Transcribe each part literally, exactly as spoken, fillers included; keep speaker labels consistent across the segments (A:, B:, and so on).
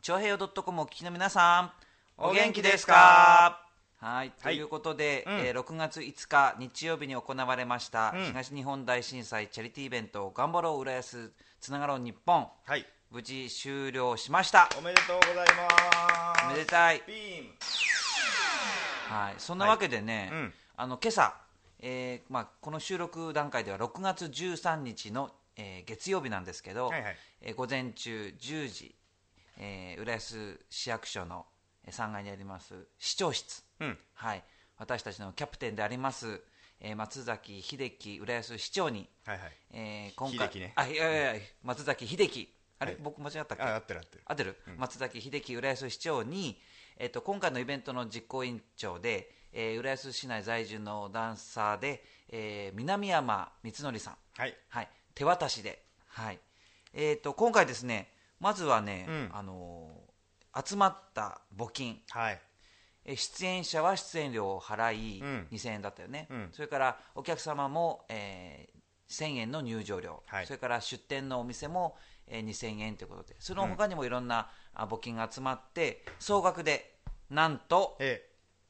A: 長平洋 .com をお聞きの皆さん、お元気ですか？はい、ということで、はい、えー、ろくがついつか日曜日に行われました、うん、東日本大震災チャリティーイベント頑張ろう浦安つながろう日本、はい、無事終了しました。
B: おめでとうございます。
A: おめでたい。
B: ビーム。
A: はい、そんなわけでね、はい、うん、あの今朝、えーまあ、この収録段階ではろくがつじゅうさんにちの、えー、月曜日なんですけど、はいはい、えー、午前中じゅうじ、えー、浦安市役所のさんがいにあります市長室、うん、はい、私たちのキャプテンであります、えー、松崎秀樹浦安市長に、はいはい、えー、今回秀樹ね、あいやいやいや松崎秀樹あれ、はい、僕間違ったっけ？
B: あ、合ってる合ってる
A: 合ってる、うん、松崎秀樹浦安市長に、えー、と今回のイベントの実行委員長で、えー、浦安市内在住のダンサーで、えー、南山光則さん、はいはい、手渡しで、はいえー、と今回ですね、まずはね、うん、あのー、集まった募金、はい、え出演者は出演料を払い、うん、にせんえんだったよね、うん、それからお客様も、えー、せんえんの入場料、はい、それから出店のお店も、えー、にせんえんということで、その他にもいろんな、うん、募金が集まって総額でなんと、え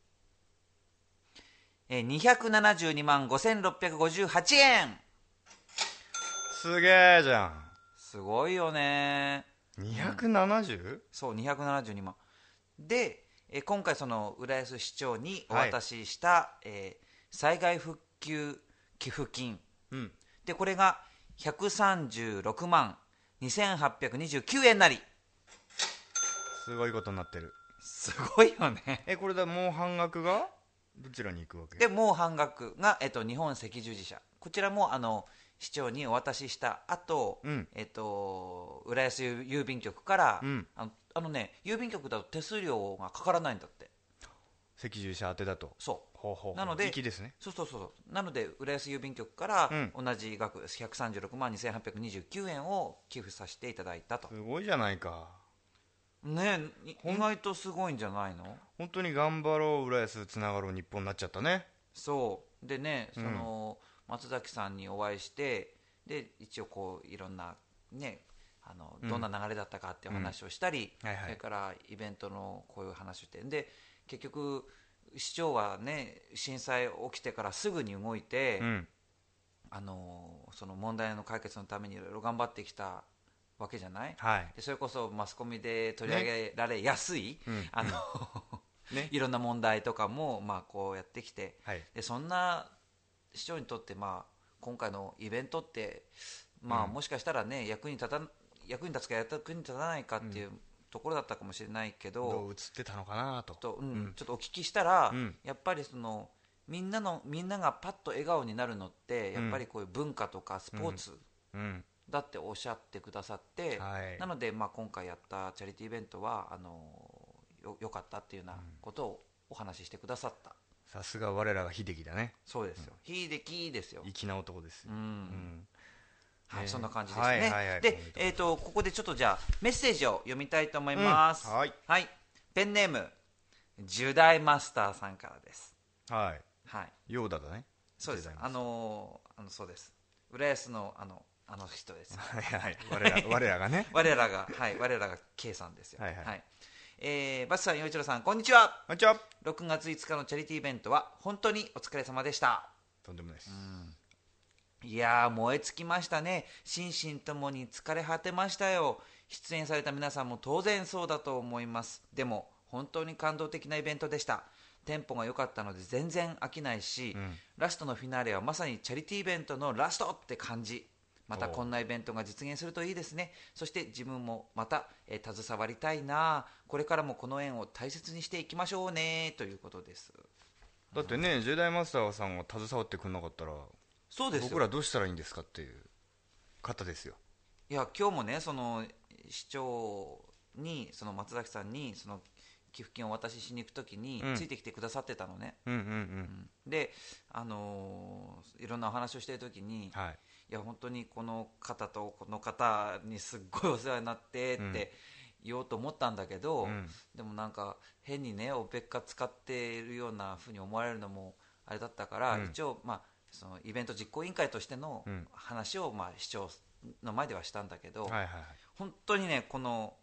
A: えー、にひゃくななじゅうにまんごせんろっぴゃくごじゅうはちえん。
B: すげえじゃん。
A: すごいよね。
B: にひゃくななじゅう？ うん、
A: そうにひゃくななじゅうにまんで、えー、今回その浦安市長にお渡しした、はい、えー、災害復旧寄付金、うん、でこれがひゃくさんじゅうろくまんにせんはっぴゃくにじゅうきゅうえんなり。
B: すごいことになってる。
A: すごいよね。
B: えこれだ、もう半額がどちらに行くわけ？
A: でもう半額が、えっと、日本赤十字社、こちらもあの市長にお渡しした後、うん、えっと浦安郵便局から、うん、あのあのね郵便局だと手数料がかからないんだって、
B: 赤十字社宛てだと。
A: そう
B: ほうほうほう、
A: なので
B: 粋ですね。
A: そうそうそうなので浦安郵便局から同じ額、うん、ひゃくさんじゅうろくまんにせんはっぴゃくにじゅうきゅうえんを寄付させていただいたと。
B: すごいじゃないか
A: ねえ、意外とすごいんじゃないの？
B: 本当に頑張ろう浦安つながろう日本になっちゃったね。
A: そうでね、その、うん、松崎さんにお会いして、で一応こういろんなね、あのどんな流れだったかっていう話をしたり、うんはいはい、それからイベントのこういう話をして、で結局市長はね震災起きてからすぐに動いて、うん、あのその問題の解決のためにいろいろ頑張ってきたわけじゃない、はい、でそれこそマスコミで取り上げられやすい、ね、あのね、いろんな問題とかも、まあ、こうやってきて、はい、でそんな市長にとって、まあ、今回のイベントって、まあ、もしかしたらね、うん、役に立た役に立つか役に立たないかっていう、うん、ところだったかもしれないけど、
B: どう映ってたのかなと、
A: と、うんうん、ちょっとお聞きしたら、うん、やっぱりそのみんなのみんながパッと笑顔になるのってやっぱりこういう文化とかスポーツ、うんうんだっておっしゃってくださって、はい、なので、まあ、今回やったチャリティーイベントはあのよ, よかったっていうようなことをお話ししてくださった。
B: さすが我らが秀樹だね。
A: そうですよ、うん、秀樹ですよ。
B: 粋な男ですよ、うんうん
A: はい、そんな感じですね、はいはいはい、で、えーと、ここでちょっとじゃあメッセージを読みたいと思います、うんはいはい、ペンネームジュダイマスターさんからです。
B: はい、はい、ヨーダだね。
A: そうです、あのー、あのそうです浦安のあのあの人です。
B: はいはい、我ら我らがね
A: 我らがはい我らが K さんですよ。はいはい、はい、えー、バスさん、陽一郎さん、こんにちは。
B: こんにちは。
A: ろくがついつかのチャリティーイベントは本当にお疲れ様でした。
B: とんでもないです。
A: うん、いやー燃え尽きましたね。心身ともに疲れ果てましたよ。出演された皆さんも当然そうだと思います。でも本当に感動的なイベントでした。テンポが良かったので全然飽きないし、うん、ラストのフィナーレはまさにチャリティーイベントのラストって感じ。またこんなイベントが実現するといいですね。そして自分もまた、えー、携わりたいな。これからもこの縁を大切にしていきましょうねということです。
B: だってね、うん、ジェダイマスターさんが携わってくれなかったら、そうですよ、僕らどうしたらいいんですかっていう方ですよ。
A: いや今日もね、その市長にその松崎さんにその寄付金をお渡ししに行くときについてきてくださってたのね、うんうんうんうん、で、あのー、いろんなお話をしているときに、はい、いや本当にこの方とこの方にすっごいお世話になってって言おうと思ったんだけど、うん、でもなんか変にねおべっか使っているようなふうに思われるのもあれだったから、うん、一応、まあ、そのイベント実行委員会としての話を、まあ、市長の前ではしたんだけど、はいはいはい、本当にねこの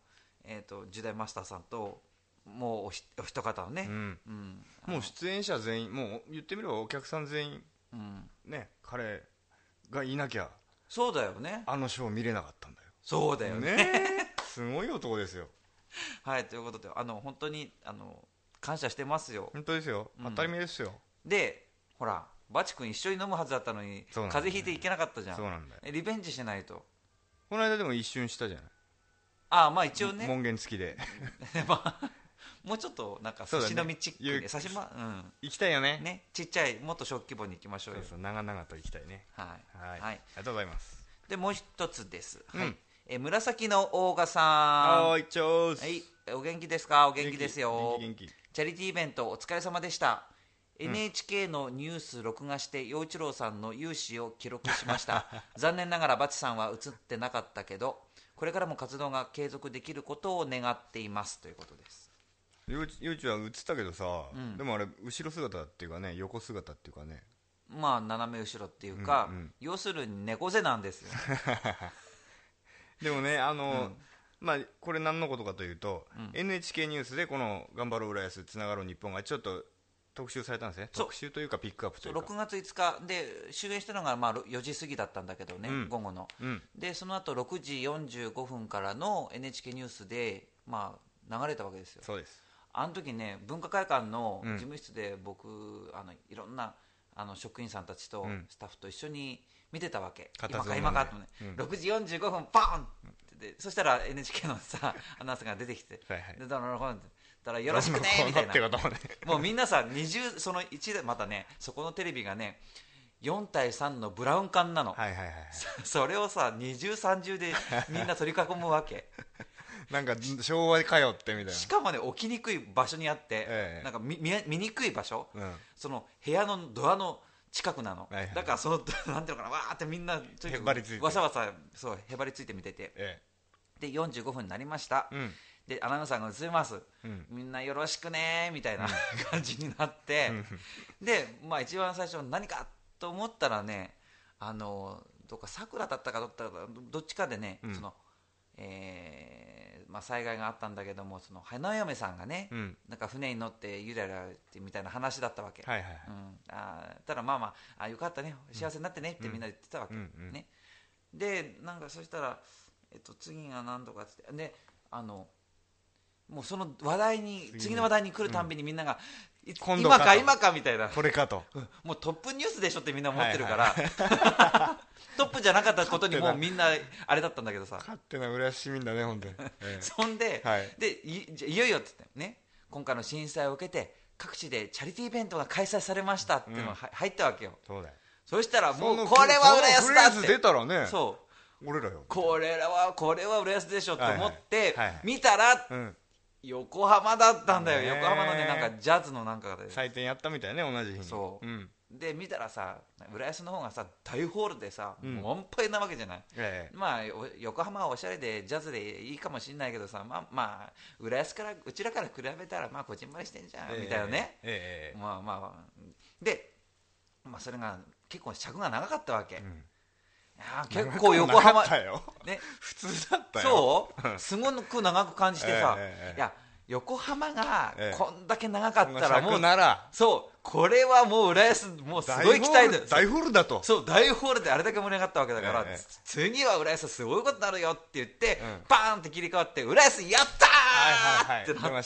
A: えー、と時代マスターさんともうおひお一方のね、
B: うんうん、もう出演者全員、もう言ってみればお客さん全員、うん、ね、彼がいなきゃ
A: そうだよね、
B: あのショー見れなかったんだよ。
A: そうだよ ね,
B: ねすごい男ですよ。
A: はい、ということであの本当にあの感謝してますよ。
B: 本当ですよ、当たり前ですよ、
A: うん、でほらバチ君一緒に飲むはずだったのに、ね、風邪ひいていけなかったじゃん。
B: そうなんだよ、
A: リベンジしないと。
B: この間でも一瞬したじゃない。
A: ああ、まあ一応ね、
B: 門限付きで
A: まあもうちょっとなんか差し飲みチックで、ね、差しま、うん、
B: 行きたいよね。
A: ね、ちっちゃいもっと小規模に行きましょうよ。
B: そうそう、長々と行きたいね。
A: はい、はい、はい、あり
B: がとうございます。
A: でもう一つです、
B: うん、
A: はい、え紫のオーガさん、
B: はい、チョース、
A: はい、お元気ですか。お元気ですよ。
B: 元気元気。
A: チャリティーイベントお疲れ様でした。エヌエイチケー のニュース録画して陽一郎さんの勇姿を記録しました残念ながらバチさんは映ってなかったけど、これからも活動が継続できることを願っていますということです。
B: 陽一は映ったけどさ、うん、でもあれ後ろ姿っていうかね、横姿っていうかね、
A: まあ斜め後ろっていうか、うんうん、要するに猫背なんですよ
B: でもね、あの、うん、まあ、これ何のことかというと、うん、エヌエイチケー ニュースでこの頑張ろう浦安つながろう日本がちょっと特集されたんですね。特集というかピックアップというか、
A: ろくがついつかで終演したのがまあよじ過ぎだったんだけどね、うん、午後の、うん、でその後ろくじよんじゅうごふんからの エヌエイチケー ニュースで、まあ、流れたわけですよ。
B: そうです。
A: あの時ね、文化会館の事務室で僕、うん、あのいろんなあの職員さんたちとスタッフと一緒に見てたわけ、うん、今か今かとね、うん、ろくじよんじゅうごふんバーンってで、そしたら エヌエイチケー のさアナウンサーが出てきて、はいはい、でだからよろしくねみたいな、もうみんなさにじゅうそのいちでまたね、そこのテレビがねよんたいさんのブラウン管なの、はいはいはい、それをさにじゅうさんじゅうでみんな取り囲むわけ
B: なんか昭和かよってみたいな。
A: しかもね起きにくい場所にあって、ええ、なんか 見, 見, 見にくい場所、うん、その部屋のドアの近くなの、はいはい、だからそのなんていうのかな、わーってみんな
B: へばりついて
A: わさわさそうへばりついて見てて、ええ、でよんじゅうごふんになりました、うん、でアナウンサーが映ります、うん、みんなよろしくねみたいな感じになって、うん、で、まあ、一番最初何かと思ったらね、あのどっかさくらだったかどっかどっちかでね、うん、そのえーまあ、災害があったんだけども、その花嫁さんがね、うん、なんか船に乗ってゆらゆらってみたいな話だったわけ、はいはいはい、うん、あただまあまあ、あよかったね幸せになってねってみんな言ってたわけ、うんうんね、でなんかそしたら、えっと、次が何とかってであのもうその話題に次の話題に来るたんびにみんなが、うん、今か今かみたいな、
B: これかと、
A: もうトップニュースでしょってみんな思ってるから、はいはいトップじゃなかったことにもうみんなあれだったんだけどさ、
B: 勝手な浦安市民だね本当に、ええ、
A: そんで、はい、で い, いよいよって言ってね、今回の震災を受けて各地でチャリティーイベントが開催されましたっていうのが、うん、入ったわけよ。そうだよ。そしたらもうこれは浦安だって、フレーズ
B: 出たらね、
A: そう
B: 俺らよ、
A: これはこれは浦安でしょと思って見たら、うん、横浜だったんだよ、ね、横浜のねなんかジャズのなんかで
B: 祭典やったみたいね、同じ日に。
A: そう、うん、で見たらさ浦安の方がさ大ホールでさ、うん、満杯なわけじゃない、ええ、まあ横浜はおしゃれでジャズでいいかもしれないけどさ、まあ、まあ浦安からうちらから比べたらまあこじんまりしてんじゃん、え、みたいなね、ええ、まあまあで、まあ、それが結構尺が長かったわけ、うん、いや結構横浜
B: ね普通だった
A: よ。そうすごく長く感じてさ、いや横浜がこんだけ長かったらもう、そうこれはもう浦安もうすごい期待だ、
B: 大ホールだと、
A: そう大ホールであれだけ盛り上がったわけだから、次は浦安すごいことになるよって言ってパーンって切り替わって浦安やったーってなって、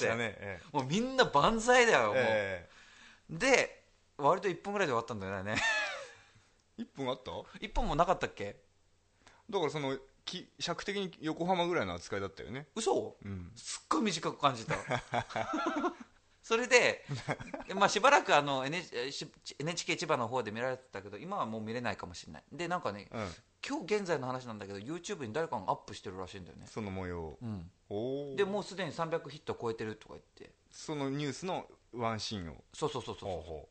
A: もうみんな万歳だよもう。で割といっぷんぐらいで終わったんだよね
B: いっぷんあった？
A: いっぷんもなかったっけ？
B: だからその尺的に横浜ぐらいの扱いだったよね。
A: 嘘、うん、すっごい短く感じたそれで、まあ、しばらくあの エヌエイチケー 千葉の方で見られてたけど今はもう見れないかもしれない。でなんかね、うん、今日現在の話なんだけど YouTube に誰かがアップしてるらしいんだよね、そ
B: の模様、うん、
A: おでもうすでにさんびゃくヒット超えてるとか言って、
B: そのニュースのワンシーンを、
A: そうそうそうそうそう、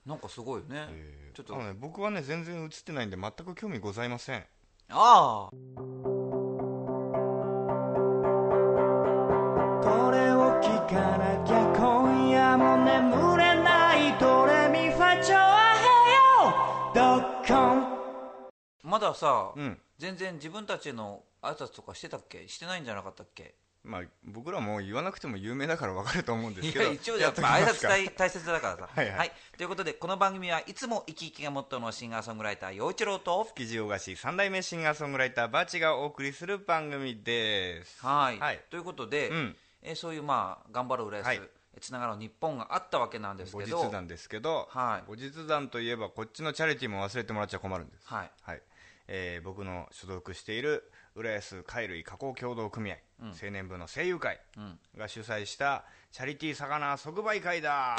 A: なんかすごいよね、
B: えー、ちょっとあの、ね、僕はね全然映ってないんで全く興味ございません。
A: ああ、
C: これを聞かなきゃ今夜も眠れないドレミファチョアヘヨドッコン。
A: まださ、うん、全然自分たちの挨拶とかしてたっけ？してないんじゃなかったっけ？
B: まあ、僕らも言わなくても有名だから分かると思うんですけど、
A: いや一応やっぱ挨拶大大切だからさ
B: はい、はい、
A: はい、ということでこの番組はいつも生き生きがモットーのシンガーソングライター陽一郎と
B: 築地大菓子三代目シンガーソングライターバチがお送りする番組です。
A: はい、
B: はい、
A: ということで、うん、えそういうまあ頑張る浦安、はい、つながる日本があったわけなんですけど、
B: 後日談ですけど、はい、後日談といえばこっちのチャリティーも忘れてもらっちゃ困るんです。はい、はい、えー、僕の所属している浦安貝類加工協同組合、うん、青年部の声優会が主催したチャリティー魚即売会だ。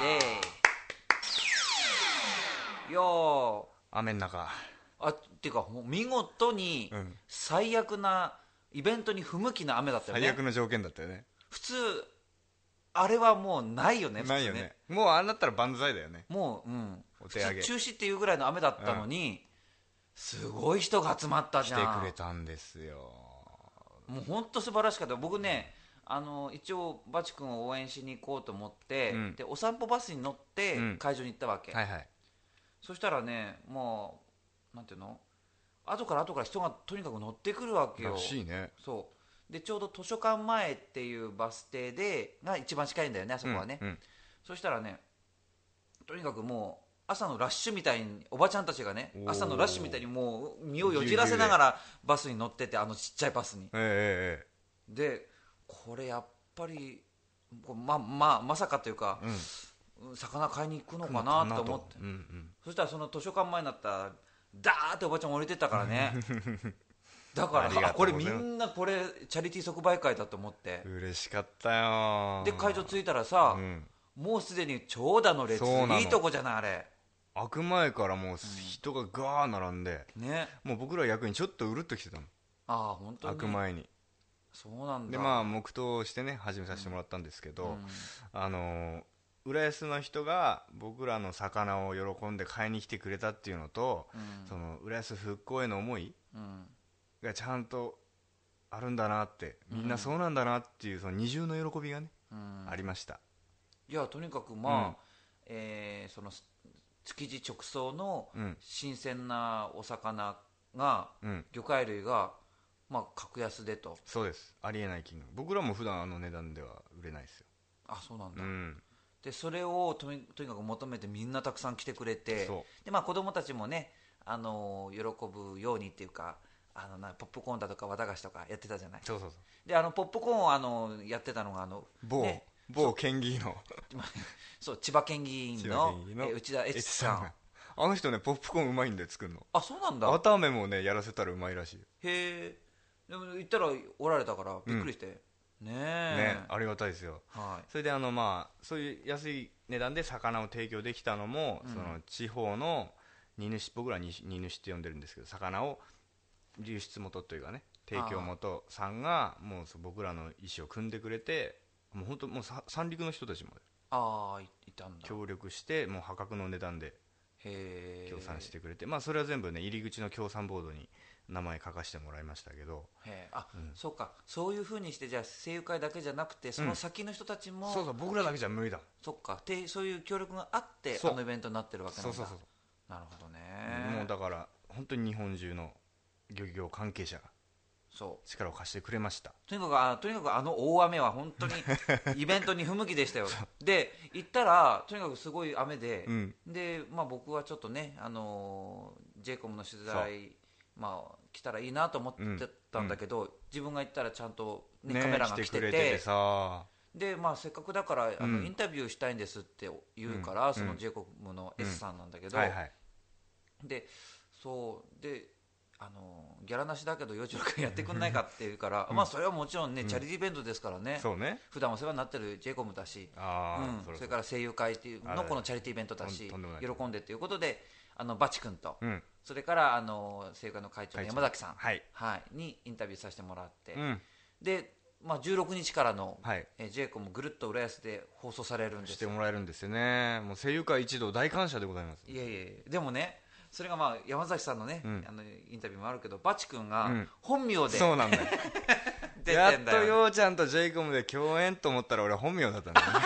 A: いやー
B: 雨の中
A: あっていうかもう見事に最悪なイベントに不向きな雨だったよね。
B: 最悪の条件だったよね。
A: 普通あれはもうないよね。
B: ないよね。もうああなったら万歳だよね。
A: もう、うん、お手上げ中止っていうぐらいの雨だったのに、うん、すごい人が集まったじゃん。
B: 来てくれたんですよ。
A: もう本当素晴らしかった。僕ね、あの一応バチ君を応援しに行こうと思って、うん、でお散歩バスに乗って会場に行ったわけ、うんはいはい、そしたらねもうなんていうの後から後から人がとにかく乗ってくるわけよ。
B: らしいね。
A: そうでちょうど図書館前っていうバス停でが一番近いんだよねあそこはね、うんうん、そしたらねとにかくもう朝のラッシュみたいにおばちゃんたちがね朝のラッシュみたいにもう身をよじらせながらバスに乗っててあのちっちゃいバスに、えー、でこれやっぱりまままさかというか、うん、魚買いに行くのかなと思って、うんうん、そしたらその図書館前になったらダーっておばちゃん降りてったからねだからあこれみんなこれチャリティー即売会だと思って
B: 嬉しかったよ。
A: で会場着いたらさ、うん、もうすでに長蛇の列いいとこじゃないあれ。
B: 開く前からもう人がガー並んで、うんね、もう僕ら役にちょっとうるっと来てたの。
A: ああ本当に
B: 開く前に。
A: そうなんだ。
B: でまあ黙祷してね始めさせてもらったんですけど、うん、あの浦安の人が僕らの魚を喜んで買いに来てくれたっていうのと、うん、その浦安復興への思いがちゃんとあるんだなってみんなそうなんだなっていうその二重の喜びがね、うん、ありました。
A: いやとにかくまあ、うんえー、その築地直送の新鮮なお魚が、うん、魚介類が、まあ、格安でと。
B: そうですありえない金額。僕らも普段あの値段では売れないですよ。
A: あそうなんだ、うん、でそれをとに、とにかく求めてみんなたくさん来てくれてで、まあ、子供たちもね、あのー、喜ぶようにっていうかあのなポップコーンだとか綿菓子とかやってたじゃない。
B: そうそうそう
A: であのポップコーンをあのやってたのがあの
B: 某、ね、某県議員の
A: そう千葉県議員 の, の内田悦さん
B: あの人ねポップコーンうまいんで作るの。
A: あそうなんだ。
B: わたあめもねやらせたらうまいらしい。
A: へえ。でも行ったらおられたからびっくりして、うん、ねえ
B: ねありがたいですよ、はい、それであのまあそういう安い値段で魚を提供できたのも、うん、その地方の荷主僕ら荷主って呼んでるんですけど魚を流出元というかね提供元さんがもう僕らの意思を組んでくれてもう本当もう三陸の人たちも
A: あいたんだ
B: 協力してもう破格の値段で協賛してくれて、まあ、それは全部ね入り口の協賛ボードに名前書かせてもらいましたけど。
A: へあ、うん、そうかそういう風にしてじゃあ声優会だけじゃなくてその先の人たちも、
B: うん、そうそう僕らだけじゃ無理だ。
A: そっかでそういう協力があってあのイベントになってるわけなんだ。そうそうそうそうなるほどね、
B: うん、もうだから本当に日本中の漁業関係者がそう力を貸してくれました。
A: とにかくあとにかくあの大雨は本当にイベントに不向きでしたよで行ったらとにかくすごい雨で、うん、で、まあ、僕はちょっとね、あのー、ジェイコムの取材、まあ、来たらいいなと思ってたんだけど、うん、自分が行ったらちゃんと、ねね、カメラが来てて、来てくれててさで、まあ、せっかくだからあの、うん、インタビューしたいんですって言うから、うん、そのジェイコムの S さんなんだけど、うんはいはい、でそうであのギャラなしだけど陽一郎君やってくんないかって言うから、うん、まあそれはもちろんね、うん、チャリティーイベントですからね、そうね普段お世話になってる ジェイコムだし、あ、うん、そ, そ, それから声優会っていうのこのチャリティーイベントだし喜んでということであのバチ君と、うん、それからあの声優会の会長の山崎さん、はいはい、にインタビューさせてもらって、うん、で、まあ、じゅうろくにちからの、はい、え ジェイコムぐるっと浦安で放送されるんですよ。
B: してもらえるんですよね。もう声優会一同大感謝でございます。
A: いやいやいやでもねそれがまあ山崎さんのね、うん、あのインタビューもあるけどバチ君が本名で、うん、
B: そうなんだよ出てんだよ。やっとようちゃんと ジェイコムで共演と思ったら俺は本名だったんだよね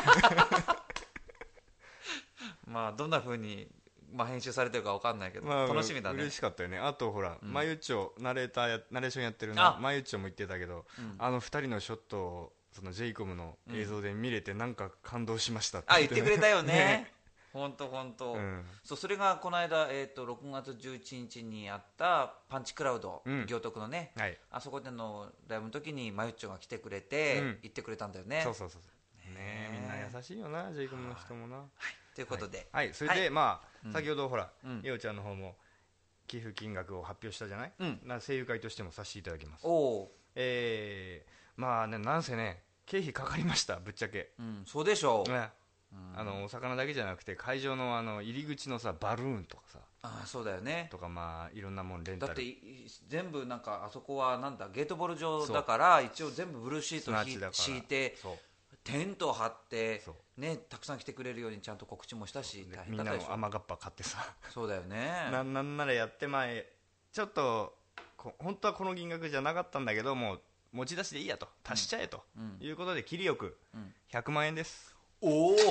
A: まあどんな風に、まあ、編集されてるか分かんないけど、まあ、楽しみだね。
B: 嬉しかったよね。あとほら、うん、マユッチョナレーターやナレーションやってるなマユッチョも言ってたけど、うん、あのふたりのショットをその ジェイコム の映像で見れてなんか感動しましたって
A: あ言ってくれたよ
B: ね
A: ね本当本当、そうそれがこの間、えー、とろくがつじゅういちにちにあったパンチクラウド、うん、行徳のね、はい、あそこでのライブの時にマユッチョが来てくれて、うん、言ってくれたんだよね。
B: そうそうそうね、みんな優しいよな ジェイコム の人もな、はい、
A: ということで、
B: はいはい、それで、はい、まあ、うん、先ほどほらえお、うん、ちゃんの方も寄付金額を発表したじゃない、うん、な声優会としてもさせていただきます。お、えー、まあね、なんせね経費かかりましたぶっちゃけ、
A: うん、そうでしょう、ね、
B: うん、あのお魚だけじゃなくて会場 の, あの入り口のさバルーンとかさ、
A: あそうだよね
B: とか、まあいろんなもんレンタル、
A: だって全部なんかあそこはなんだゲートボール場だから一応全部ブルーシート敷いてテントを張ってね、たくさん来てくれるようにちゃんと告知もしたし、大変だったでしょ。
B: みんなの雨がっぱ買ってさ
A: そうだよね
B: な, なんならやって前ちょっと本当はこの金額じゃなかったんだけども持ち出しでいいやと足しちゃえと、うん、いうことで切りよくひゃくまんえんです、
A: うん、おお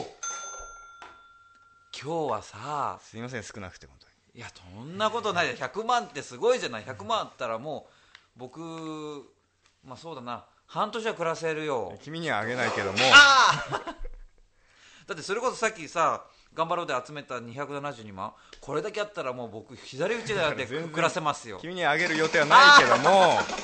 A: 今日はさ
B: すいません少なくて本当に。
A: いやそんなことないよひゃくまんってすごいじゃない。ひゃくまんあったらもう僕まあそうだな半年は暮らせるよ。
B: 君にはあげないけども
A: あだってそれこそさっきさ頑張ろうで集めたにひゃくななじゅうにまんこれだけあったらもう僕左打ちで暮らせますよ。
B: 君にはあげる予定はないけども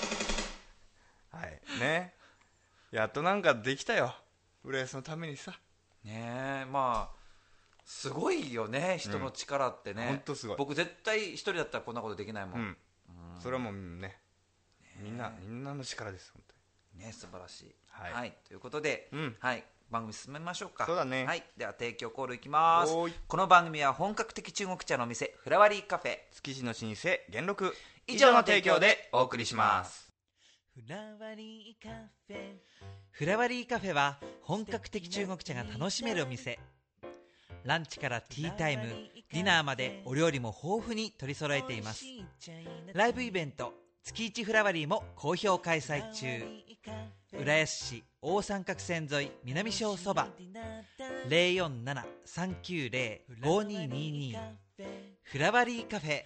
B: はいねやっとなんかできたよ浦安のためにさ
A: ねえまあすごいよね人の力ってね、
B: うん、本当すごい。
A: 僕絶対一人だったらこんなことできないもん、うんうん、
B: それはもうねみんなみんなの力です本当
A: にね素晴らしい、はいはい、ということで、うんはい、番組進めましょうか。
B: そうだね、
A: はい、では提供コールいきます。この番組は本格的中国茶のお店フラワリーカフェ
B: 築地の老舗元禄
A: 以上の提供でお送りします。
C: フラワリーカフェフラワリーカフェは本格的中国茶が楽しめるお店。ランチからティータイムディナーまでお料理も豊富に取り揃えています。ライブイベント月一フラワリーも好評開催中。浦安市大三角線沿い南小そば ゼロよんなな さんきゅうゼロ ごにーにーにー フラワリーカフェ。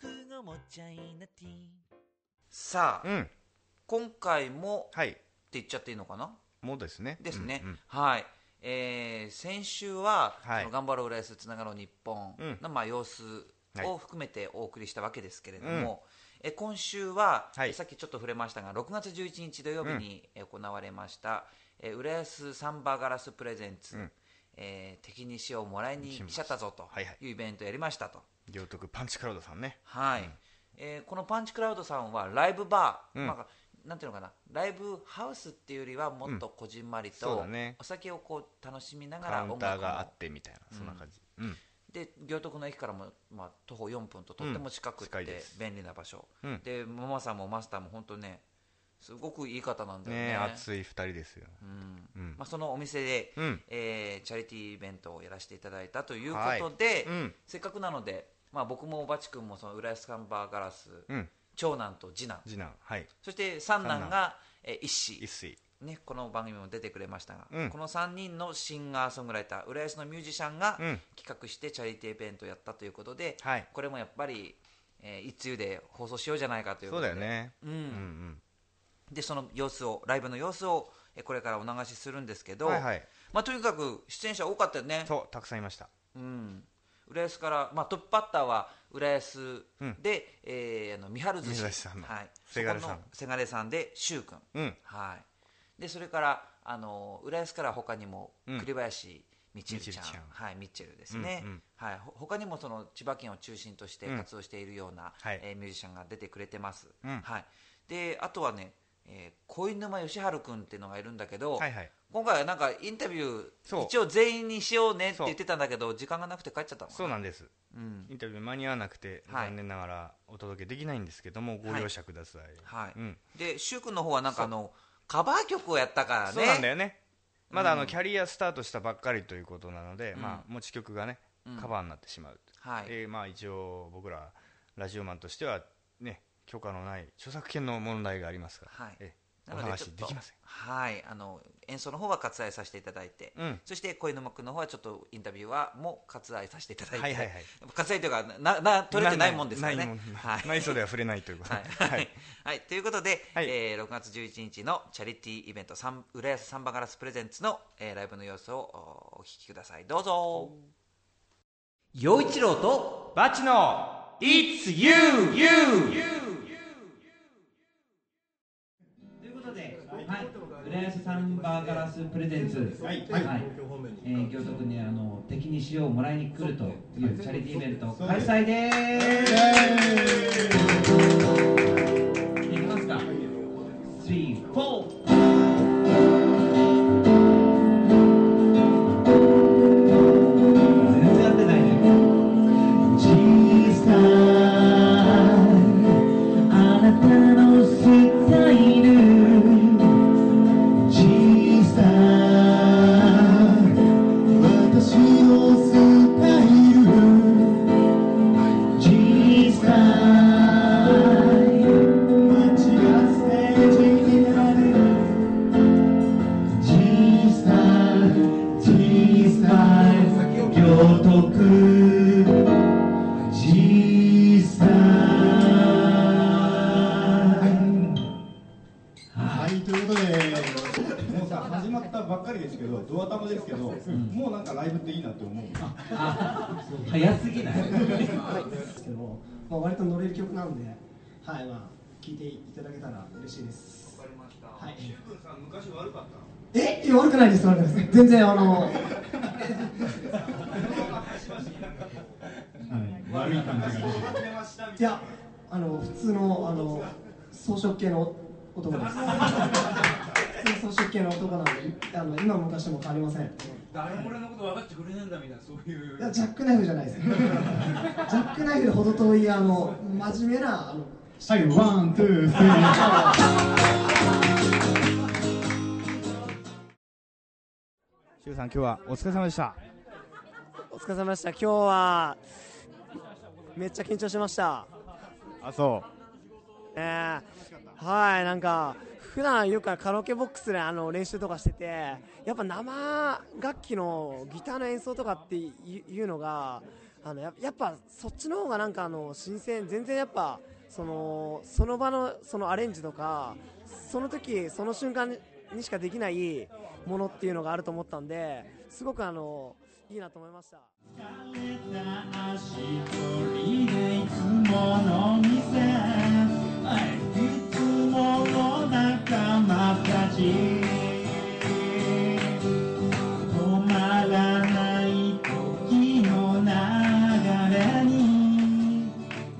A: さあ、うん、今回も、はい、って言っちゃっていいのかな。
B: もうですね
A: ですね、
B: うんうん、
A: はい、えー、先週は、はい、その頑張ろう浦安つながろう日本の、うんまあ、様子を含めてお送りしたわけですけれども、うん、え今週は、はい、さっきちょっと触れましたがろくがつじゅういちにち土曜日に、うん、行われました、えー、浦安サンバガラスプレゼンツ、うんえー、敵に塩をもらいに来ちゃったぞというイベントをやりましたと。
B: 行徳パンチクラウドさんね、
A: はいうんえー、このパンチクラウドさんはライブバー、うんまあなんていうのかなライブハウスっていうよりはもっとこじんまりと、うんね、お酒をこう楽しみながら
B: カウンターがあってみたいな、うん、そんな感じ、うん、
A: で行徳の駅からも、まあ、徒歩よんぷんととっても近くて、うん、便利な場所、うん、でママさんもマスターも本当ねすごくいい方なんだよね。
B: ね熱いふたりですよ、
A: うんうんまあ、そのお店で、うんえー、チャリティーイベントをやらせていただいたということで、はいうん、せっかくなので、まあ、僕もおばちくんもその浦安サンバーガラス、うん長男と次男、
B: 次男はい、
A: そして三男がえ一子
B: 一子、
A: ね、この番組も出てくれましたが、うん、このさんにんのシンガーソングライター浦安のミュージシャンが企画してチャリティーイベントをやったということで、うん、これもやっぱり、えー、一通で放送しようじゃないかということで
B: そうだよね、
A: うんうんうん、でその様子をライブの様子をこれからお流しするんですけど、はいはいまあ、とにかく出演者多かったよね。
B: そうたくさんいました、
A: うん浦安から、まあ、トップバッターは浦安で、うんえー、あの三春寿司
B: さんの、
A: はい、
B: せがれさん
A: せがれさんで柊君、うんはい、でそれからあの浦安から他にも、うん、栗林みちるちゃん、はい、ミッチェルですね、うんうんはい、他にもその千葉県を中心として活動しているような、うんえー、ミュージシャンが出てくれてます、うんはい、であとはね、えー、小沼義治君っていうのがいるんだけど、はいはい今回はなんかインタビュー一応全員にしようねって言ってたんだけど時間がなくて帰っちゃったのかな。
B: そうなんです、うん、インタビュー間に合わなくて、はい、残念ながらお届けできないんですけどもご容赦ください、
A: はいはいうん、で柊君の方はなんかあのカバー曲をやったからね。
B: そうなんだよねまだあのキャリアスタートしたばっかりということなので、うんまあ、持ち曲がねカバーになってしまう、うんはいでまあ、一応僕らラジオマンとしてはね許可のない著作権の問題がありますから、はい、えお話できません。
A: はい、あの演奏の方は割愛させていただいて、うん、そして小沼君の方はちょっとインタビューはもう割愛させていただいて、はいはいはい、割愛というかなな取れてないもんですからね。
B: 内装では触れないということで、
A: はいはいはい、ということで、はい、えー、ろくがつじゅういちにちのチャリティーイベント浦安サンバガラスプレゼンツの、えー、ライブの様子をお聞きください。どうぞ。
C: 陽一郎と
B: バチの It's You You
C: ということで、はい、浦安サンバガラスプレゼンツ、はいはいはい、えー、京都君にあの敵に塩をもらいに来るというチャリティーイベント開催でーす。いきますか。スリー、フォー。
D: もうなんかライブっていいなって思う。
C: あ、早すぎない。
D: はいですけども、まあ割と乗れる曲なんで、はい、まあ聴いていただけたら嬉しいです。
B: わかりました。
D: はい。
B: シュウ君さん昔悪かった？
D: え、いや悪くないです悪くないです。全然あの。はい、
B: 悪い感じが出てました。
D: いや、あの普通のあの装飾系の男です。装飾系の男なんで、あの今も昔も変わりません。
E: 誰も俺のこと分かってくれないんだみたいな、そういう。
D: いや、ジャックナイフじゃないです。ジャックナイフでほど遠いあの真面目なあの。
F: はい、ワン、ツー、スリー。
B: シュウさん、今日はお疲れ様でした。
D: お疲れ様でした。今日はめっちゃ緊張しました。
B: あ、そう。
D: えー、はい、なんか。普段よくカラオケボックスであの練習とかしてて、やっぱ生楽器のギターの演奏とかっていうのがあの や, やっぱそっちの方がなんかあの新鮮、全然やっぱそのその場のそのアレンジとかその時その瞬間にしかできないものっていうのがあると思ったんで、すごくあのいいなと思いました。仲間たち止まらない時の流れに。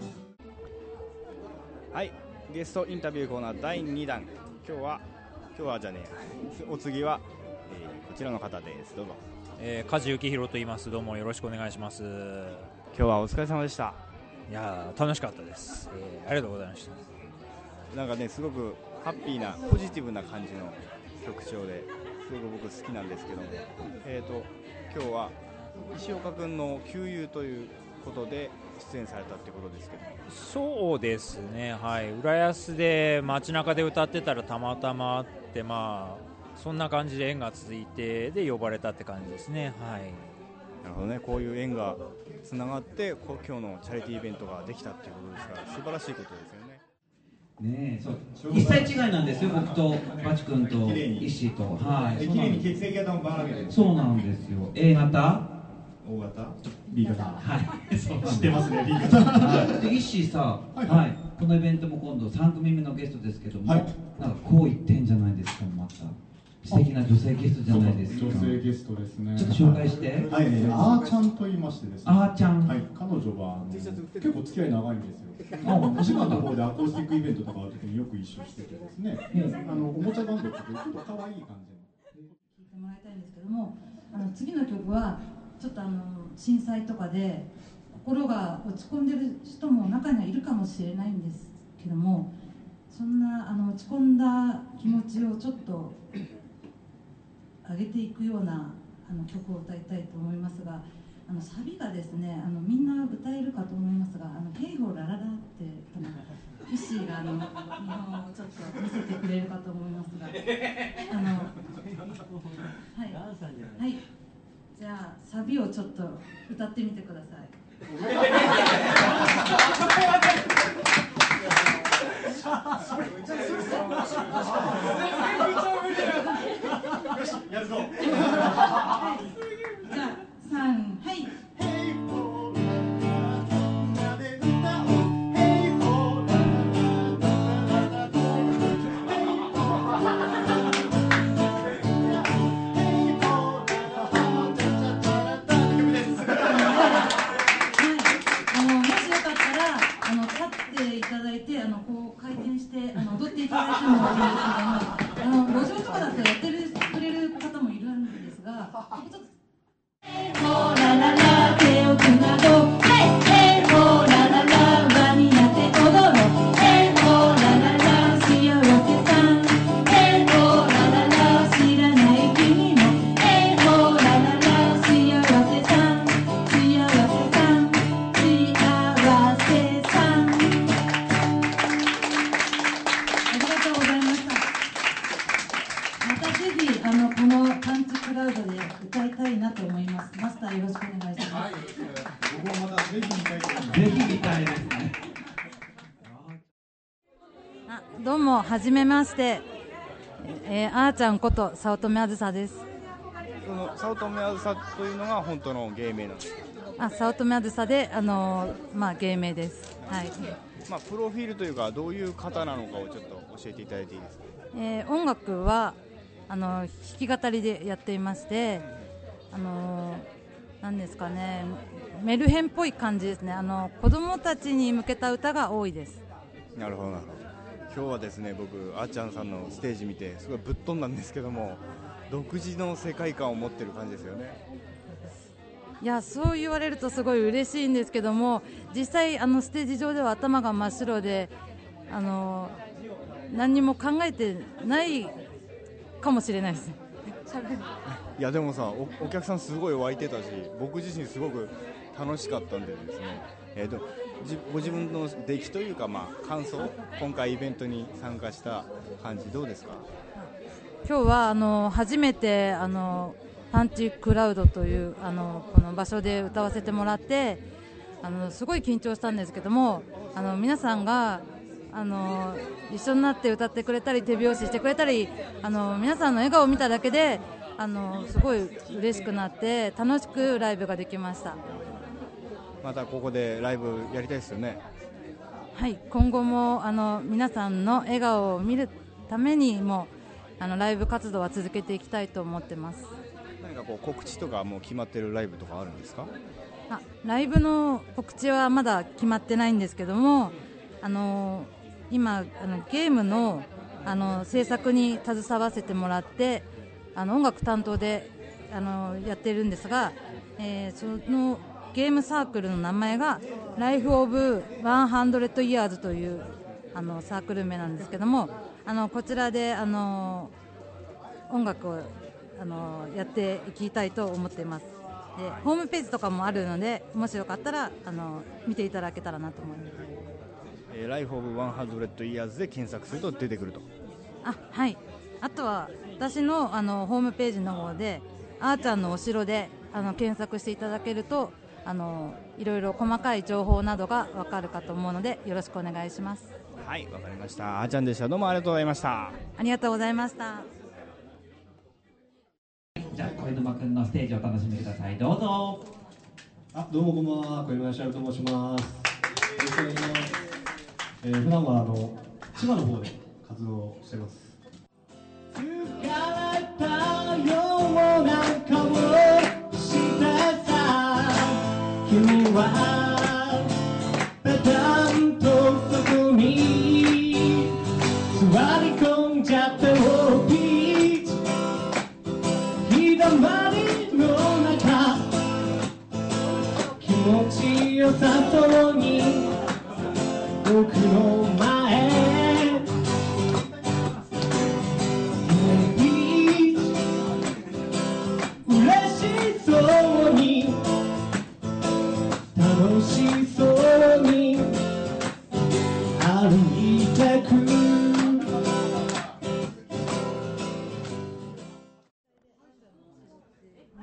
B: はい、ゲストインタビューコーナーだいにだん。今日は今日はじゃねえお次は、えー、こちらの方です。どうぞ。
G: えー、梶幸宏と言います。どうもよろしくお願いします。今
B: 日はお疲れ様でした。
G: いや楽しかったです、えー、ありがとうございました。
B: なんかね、すごくハッピーなポジティブな感じの曲調ですごく僕好きなんですけども、えーと今日は石岡君の旧友ということで出演されたってことですけど。
G: そうですね、はい、浦安で街中で歌ってたらたまたまあって、まあそんな感じで縁が続いてで呼ばれたって感じですね。はい、
B: なるほどね、こういう縁がつながってこう今日のチャリティーイベントができたっていうことですから素晴らしいことですよね。
C: ねえ、そう一歳違いなんですよ、僕とバチ君と石と。はい、
F: きれいに血液型もばらけてる。
C: そうなんですよ。 A 型、
F: O 型、B 型。
C: はい、そう
F: 知ってますね、B 型。
C: はい、で石さ、はい、はい、このイベントも今度さん組目のゲストですけども、はい、なんかこう言ってんじゃないですか。また素敵な女性ゲストじゃないですか。
F: 女性ゲストですね。
C: ちょっと紹介して。
F: はい、あーちゃんと言いましてですね。
C: あーちゃん。
F: はい、彼女はあの結構付き合い長いんですよ。西川の方でアコースティックイベントとかある時によく一緒しててですね。あのおもちゃバンドってちょっと可愛い感じの。
H: 聞いてもらいたいんですけども、あの次の曲はちょっとあの震災とかで心が落ち込んでる人も中にはいるかもしれないんですけども、そんなあの落ち込んだ気持ちをちょっと上げていくようなあの曲を歌いたいと思いますが、あのサビがですね、あのみんな歌えるかと思いますが、あのヘイホーラララって歌の医師があの見本をちょっと見せてくれるかと思いますが、あのはいはい、じゃあサビをちょっと歌ってみてください。
F: やるぞ。
H: じゃあ三はい。いただいて、あのこう回転してあの踊っていただいてもいいんですけども、あの路上とかだとやってるくれる方もいるんですが、ちょっとほららら手をつなごう、えほららら輪になって踊ろう、えほららら幸せさん、えほららら知らない君も、えほららら幸せさん、幸せさん、幸せさん。あのこのパンチクラウドで歌いたいなと思います。マスターよろしくお願いします。はい、
F: 僕もまたぜひ見たいと思います。
C: ぜひ見たいですね。
H: あ、どうもはじめまして、えー、あーちゃんこと早乙女あずさです。
B: その早乙女あずさというのが本当の芸名なんですか？
H: あ、早乙女あずさで、あのー、まあ芸名です。はい。
B: まあプロフィールというかどういう方なのかをちょっと教えていただいていいですか？
H: えー、音楽はあの弾き語りでやっていまして、あのなんですかね、メルヘンっぽい感じですね。あの子供たちに向けた歌が多いです。
B: なるほどなるほど。今日はですね、僕あーちゃんさんのステージ見てすごいぶっ飛んだんですけども、独自の世界観を持ってる感じですよね。
H: いや、そう言われるとすごい嬉しいんですけども、実際あのステージ上では頭が真っ白で、あの何にも考えてないかもしれないです。
B: いやでもさ、 お, お客さんすごい湧いてたし、僕自身すごく楽しかったんでですね、えー、とご自分の出来というか、まあ、感想、今回イベントに参加した感じどうですか？
H: 今日はあの初めてあのパンチクラウドというあのこの場所で歌わせてもらって、あのすごい緊張したんですけども、あの皆さんがあの一緒になって歌ってくれたり手拍子してくれたり、あの皆さんの笑顔を見ただけであのすごい嬉しくなって楽しくライブができました。
B: またここでライブやりたいですよね？
H: はい、今後もあの皆さんの笑顔を見るためにもあのライブ活動は続けていきたいと思ってます。
B: 何かこう告知とかもう決まってるライブとかあるんですか？
H: あ、ライブの告知はまだ決まってないんですけども、あの今あのゲームの、あの制作に携わせてもらって、あの音楽担当であのやってるんですが、えー、そのゲームサークルの名前がライフオブひゃくイヤーズというあのサークル名なんですけども、あのこちらであの音楽をあのやっていきたいと思っています。でホームページとかもあるので、もしよかったらあの見ていただけたらなと思います。
B: えー、ライフオブひゃくイヤーズで検索すると出てくると。
H: あ、はい。あとは私のあのホームページの方であーちゃんのお城であの検索していただけると、あのいろいろ細かい情報などがわかるかと思うのでよろしくお願いします。
B: はい、わかりました。あーちゃんでした。どうもありがとうございました。
H: ありがとうございました。
C: じゃあ小沼くんのステージをお楽しみください。どうぞ。
F: あ、どうもこんばんは、小沼しゃると申します。よろしくお願いします。えー、普段はあの千葉の方で活動してます。疲れたような顔してさ、君はペタンとそこに座り込んじゃっておビーチ日だまりの中、気持ちよさそうに僕の前嬉しそうに楽しそうに歩い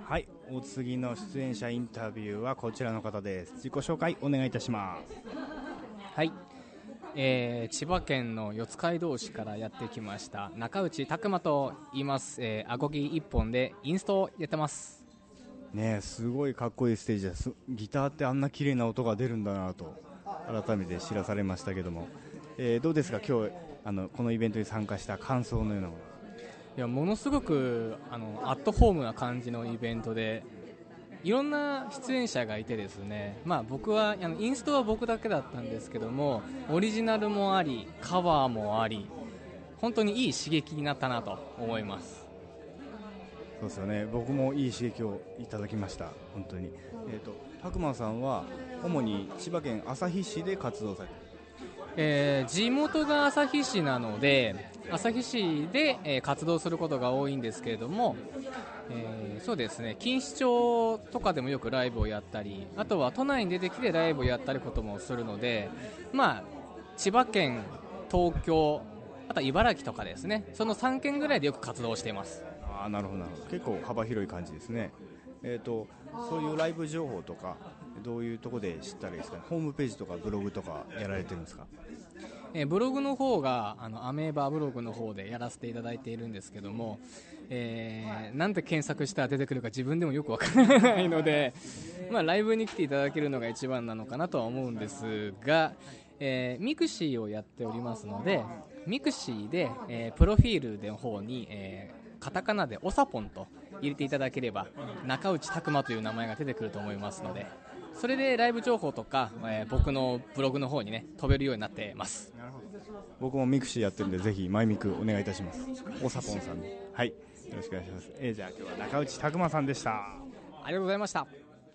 I: はい、お次の出演者インタビューはこちらの方です。自己紹介お願いいたします。
J: はい、えー、千葉県の四街道市からやってきました中内拓磨と言います。えー、アコギ一本でインストをやってます
I: ね。すごいかっこいいステージです。ギターってあんな綺麗な音が出るんだなと改めて知らされましたけども、えー、どうですか今日あのこのイベントに参加した感想のようなもの。
J: いや、ものすごくあのアットホームな感じのイベントで、いろんな出演者がいてですね、まあ、僕はあのインストは僕だけだったんですけども、オリジナルもありカバーもあり、本当にいい刺激になったなと思います。
I: そうですよね、僕もいい刺激をいただきました本当に。えーと、拓磨さんは主に千葉県旭市で活動されている。
J: えー、地元が旭市なので旭市で、えー、活動することが多いんですけれども、えー、そうですね、錦糸町とかでもよくライブをやったり、あとは都内に出てきてライブをやったりこともするので、まあ、千葉県、東京、あとは茨城とかですね、そのさんけんぐらいでよく活動しています。
I: あ、なるほどなるほど、結構幅広い感じですね。えーと、そういうライブ情報とかどういうところで知ったらいいですかね。ホームページとかブログとかやられてるんですか。
J: えー、ブログの方があのアメーバブログの方でやらせていただいているんですけども、えー、なんて検索したら出てくるか自分でもよくわからないので、まあ、ライブに来ていただけるのが一番なのかなとは思うんですが、えー、ミクシーをやっておりますので、ミクシーで、えー、プロフィールの方に、えー、カタカナでおさぽんと入れていただければ中内拓磨という名前が出てくると思いますので、それでライブ情報とか、えー、僕のブログの方にね飛べるようになってます。なるほど。
I: 僕もミクシーやってるんでぜひマイミクお願いいたします。おさぽんさんで、はい、よろしくお願いします。えー、じゃあ今日は中内拓磨さんでした。
J: ありがとうございました。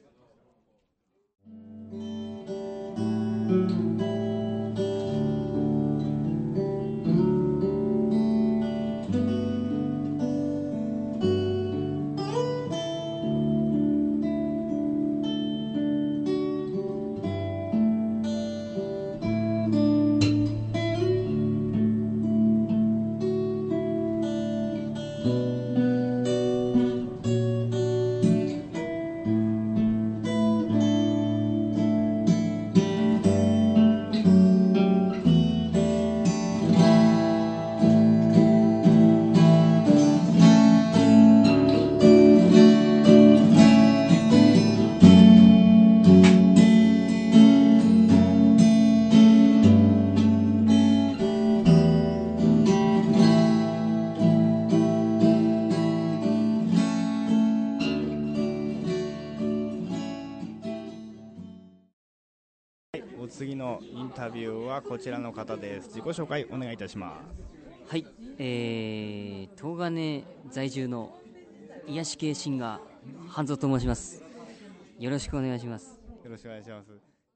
I: 次のインタビューはこちらの方です。自己紹介お願いいたします。
K: はい、えー、東金在住の癒し系シンガー半蔵と申します。よろしくお願いします。
I: よろしくお願いします。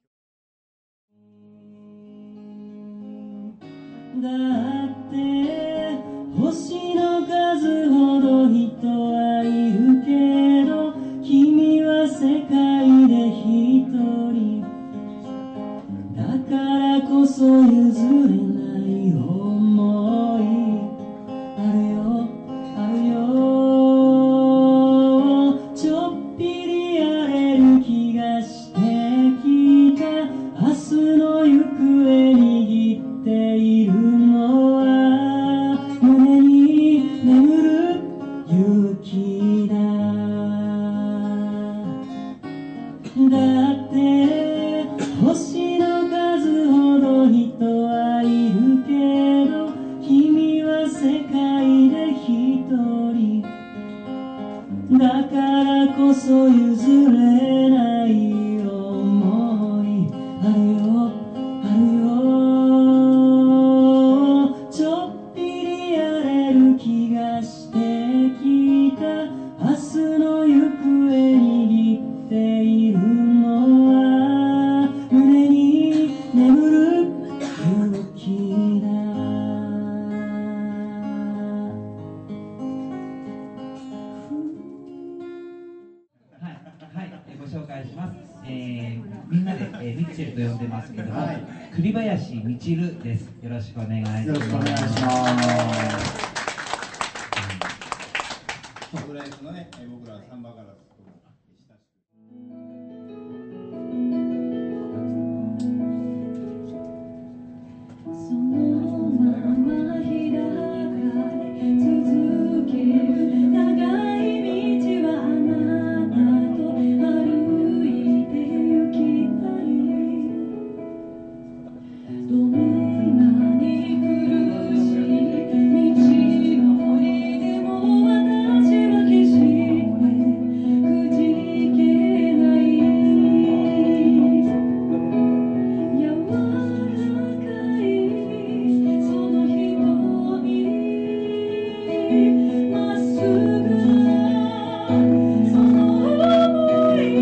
L: だって星の数ほど人はいるけど君は世界で一人だからこそ譲れない想いあるよあるよちょっぴりやれる気がしてきた明日の行方握っているのは胸に眠る勇気だだって星の数ほど人はいるけど君は世界で一人だからこそ譲れない想いあるよあるよちょっぴりやれる気がしてきた明日の行方握っているのは胸に眠る勇気だ
C: はい、はい、ご紹介します。えー、みんなで、えー、ミッチェルと呼んでますけども、はい、栗林みちるです。よろしくお願いします。
F: よろしくお願いします。 浦安のね、僕らサンバガラスと親しく。
L: そのまま開かれ続ける長い道はあなたと歩いて行きたい。どんなに苦しい道のりでも私は決してくじけない。柔らかいその瞳まっすぐなその想い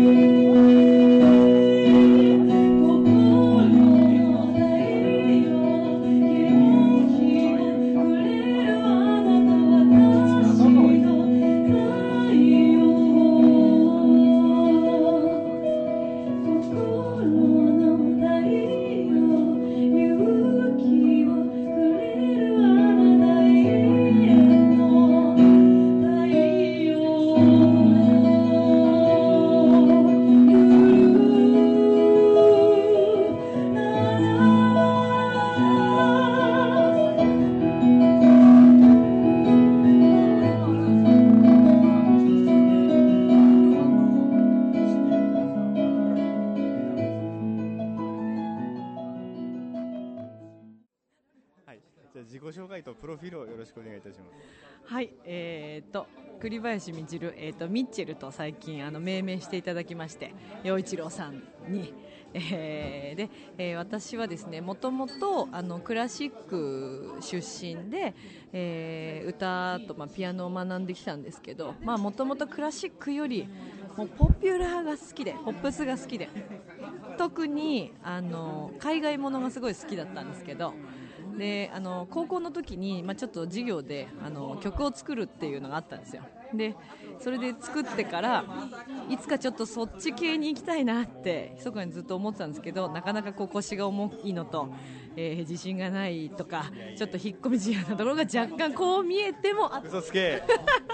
L: 心の太陽元気をくれるあなた私の太陽心の太陽勇気をくれるあなた永遠の太陽
I: はい、じゃあ自己紹介とプロフィールをよろしくお願いいたします。
M: はい、えー、と栗林みちる、えー、とミッチェルと最近あの命名していただきまして陽一郎さんに、えーでえー私はですねもともとあのクラシック出身で、えー歌と、まあ、ピアノを学んできたんですけどもともとクラシックよりもうポピュラーが好きでポップスが好きで特にあの海外ものがすごい好きだったんですけどであの高校の時に、まあ、ちょっと授業であの曲を作るっていうのがあったんですよ。でそれで作ってからいつかちょっとそっち系に行きたいなって密かにずっと思ってたんですけどなかなかこう腰が重いのと、えー自信がないとかちょっと引っ込み思案なところが若干こう見えてもあ
I: 嘘つけ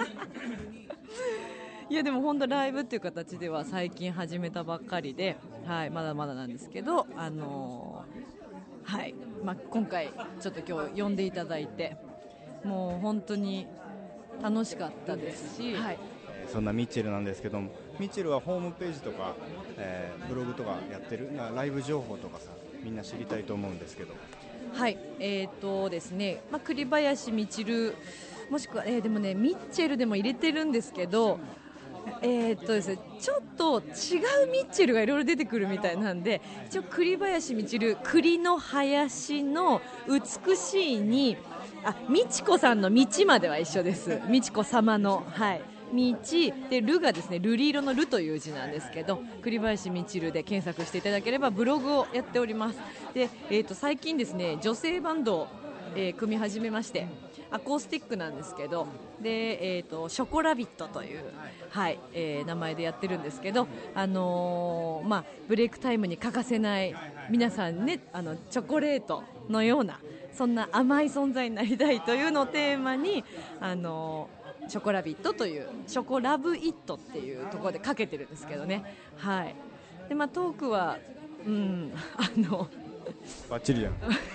M: いやでも本当ライブっていう形では最近始めたばっかりで、はい、まだまだなんですけど、あのーはいまあ、今回ちょっと今日呼んでいただいてもう本当に楽しかったですし、はい、
I: そんなミッチェルなんですけどもミッチェルはホームページとか、えーブログとかやってるなライブ情報とかさみんな知りたいと思うんですけど
M: はいえーとですねまあ、栗林みちるもしくは、えーでもねミッチェルでも入れてるんですけどえーっとですね、ちょっと違うミッチェルがいろいろ出てくるみたいなんで一応栗林みちる栗の林の美しいにあ美智子さんの道までは一緒です美智子様の、はい、道でルがですね瑠璃色のルという字なんですけど栗林みちるで検索していただければブログをやっておりますで、えーっと最近ですね女性バンドを、えー組み始めましてアコースティックなんですけどで、えー、とショコラビットという、はいえー名前でやってるんですけど、あのーまあ、ブレイクタイムに欠かせない皆さんねあのチョコレートのようなそんな甘い存在になりたいというのをテーマに、あのーショコラビットというショコラブイットっていうところでかけてるんですけどね、はいでまあ、トークは、うん、あの
I: バッチリじゃん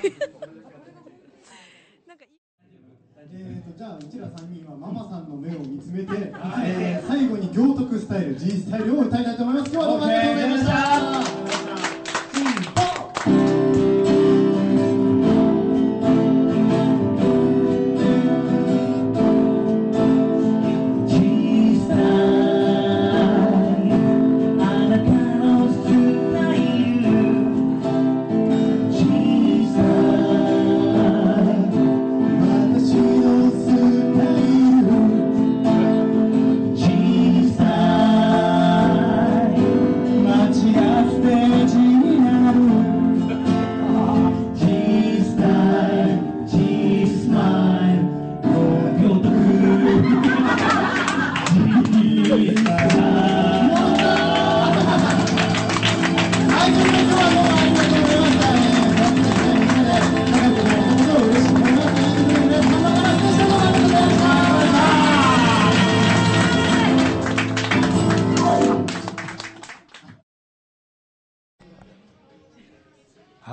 F: えーとじゃあうちらさんにんはママさんの目を見つめて、えー最後に行徳スタイル G スタイルを歌いたいと思います。今日はどうもありがとうございました。小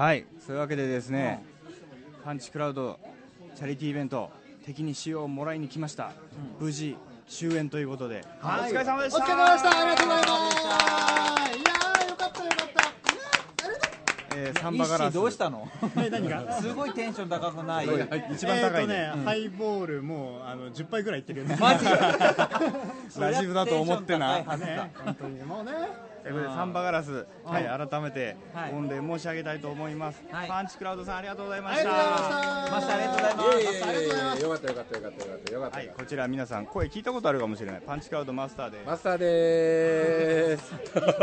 I: はい、そういうわけでですね、うん、パンチクラウドチャリティーイベント敵に塩をもらいに来ました、うん、無事終演ということで、
N: はい、
I: お疲れ様でした。
N: お疲れ様でした。ありがとうございます。いやーよかったよかった。
I: えー、サンバガラス
A: どうしたの？
N: 何が？
A: すごいテンション高くない？
I: 一番高いね。
N: えーとね、うん、ハイボールもうあのじゅっぱいぐらいいってるよね。
A: マジ？
I: ラジブだと思ってな。
N: ね、本当にもうね。
I: ということでサンバガラス、はい、改めて御礼申し上げたいと思います。はい、パンチクラウドさんありがとうございました。
A: マスターありがとうございます。
N: ありがとうございます。
O: よかったよかったよかったよかったよかった。
I: はい、こちら皆さん声聞いたことあるかもしれない。パンチクラウドマスターです。
O: マスターでーす。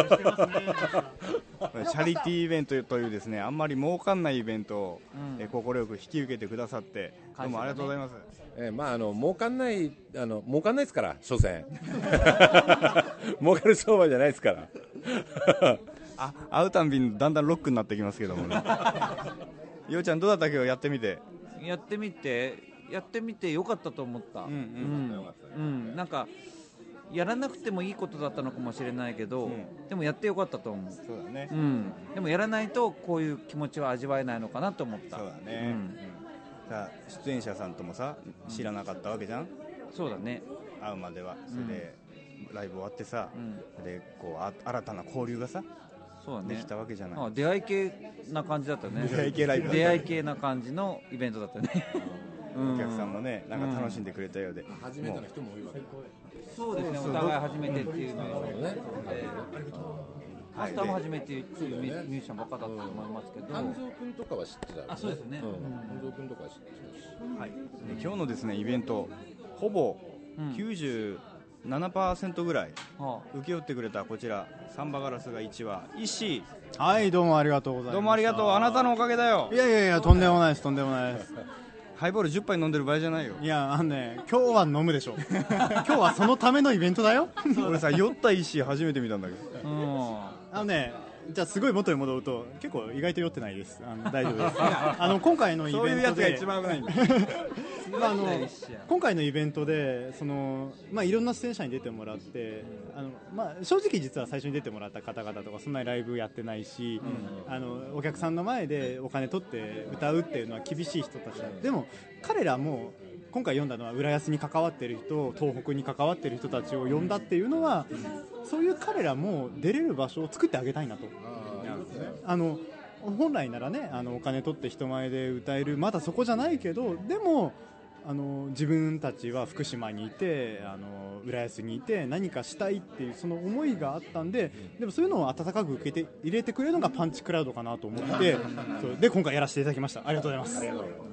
I: チャリティーイベントというですね、あんまり儲かんないイベントを快、うん、く引き受けてくださってどうもありがとうございます。
O: えー、まああの儲かんないあの儲かんないですから所詮儲かる相場じゃないですから
I: あ会うたんびにだんだんロックになってきますけどもねようちゃんどうだった今日やってみて
A: やってみてやってみてよかったと思った。うんうんうん、なんかやらなくてもいいことだったのかもしれないけど、うん、でもやってよかったと思う。
I: そうだね、
A: うん、でもやらないとこういう気持ちは味わえないのかなと思った。
I: そうだね、うんさあ出演者さんともさ知らなかったわけじゃん、うん、
A: そうだね
I: 会うまでは。それで、うん、ライブ終わってさ、うん、でこうあ新たな交流がさそうだ、ね、できたわけじゃない。
A: あ出会い系な感じだったね。
I: 出会い系ライブ
A: 出会い系な感じのイベントだったね
I: うん、お客さんもねなんか楽しんでくれたようで、うん、
O: 初めての人も多いわけ。
A: そうですね、お互い初めてっていうのをね、マスターも初めてっていうミュージシャンばっかだったと思いますけど、
O: 半蔵君とかは知ってたよね。
A: あ、そうですね、
O: 半蔵君とかは知ってたし、
I: はい、で今日のですねイベントほぼきゅうじゅうななパーセントぐらい請け負ってくれたこちらサンバガラスがいちわ石井、
N: はいどうもありがとうございます。
I: どうもありがとう。あなたのおかげだよ。
N: いやいやいやとんでもないですとんでもないです
I: ハイボールじゅっぱい飲んでる場合じゃないよ。
N: いやあのね今日は飲むでしょ今日はそのためのイベントだよ
I: 俺さ酔った石初めて見たんだけど、うん、
N: あのねじゃあすごい元に戻ると結構意外と酔ってないです。あの大丈夫ですあの今回のイベントでそういうやつが
I: 一番危ないんだ
N: あの今回のイベントでその、まあ、いろんな出演者に出てもらってあの、まあ、正直実は最初に出てもらった方々とかそんなにライブやってないし、うん、あのお客さんの前でお金取って歌うっていうのは厳しい人たちだ。でも彼らも今回読んだのは浦安に関わっている人東北に関わっている人たちを呼んだっていうのは、うん、そういう彼らも出れる場所を作ってあげたいなと。あの本来ならねあのお金取って人前で歌えるまだそこじゃないけどでもあの自分たちは福島にいてあの浦安にいて何かしたいっていうその思いがあったんで、でもそういうのを温かく受けて入れてくれるのがパンチクラウドかなと思ってそうで今回やらせていただきました。ありがとうございます。
O: ありがとうございます。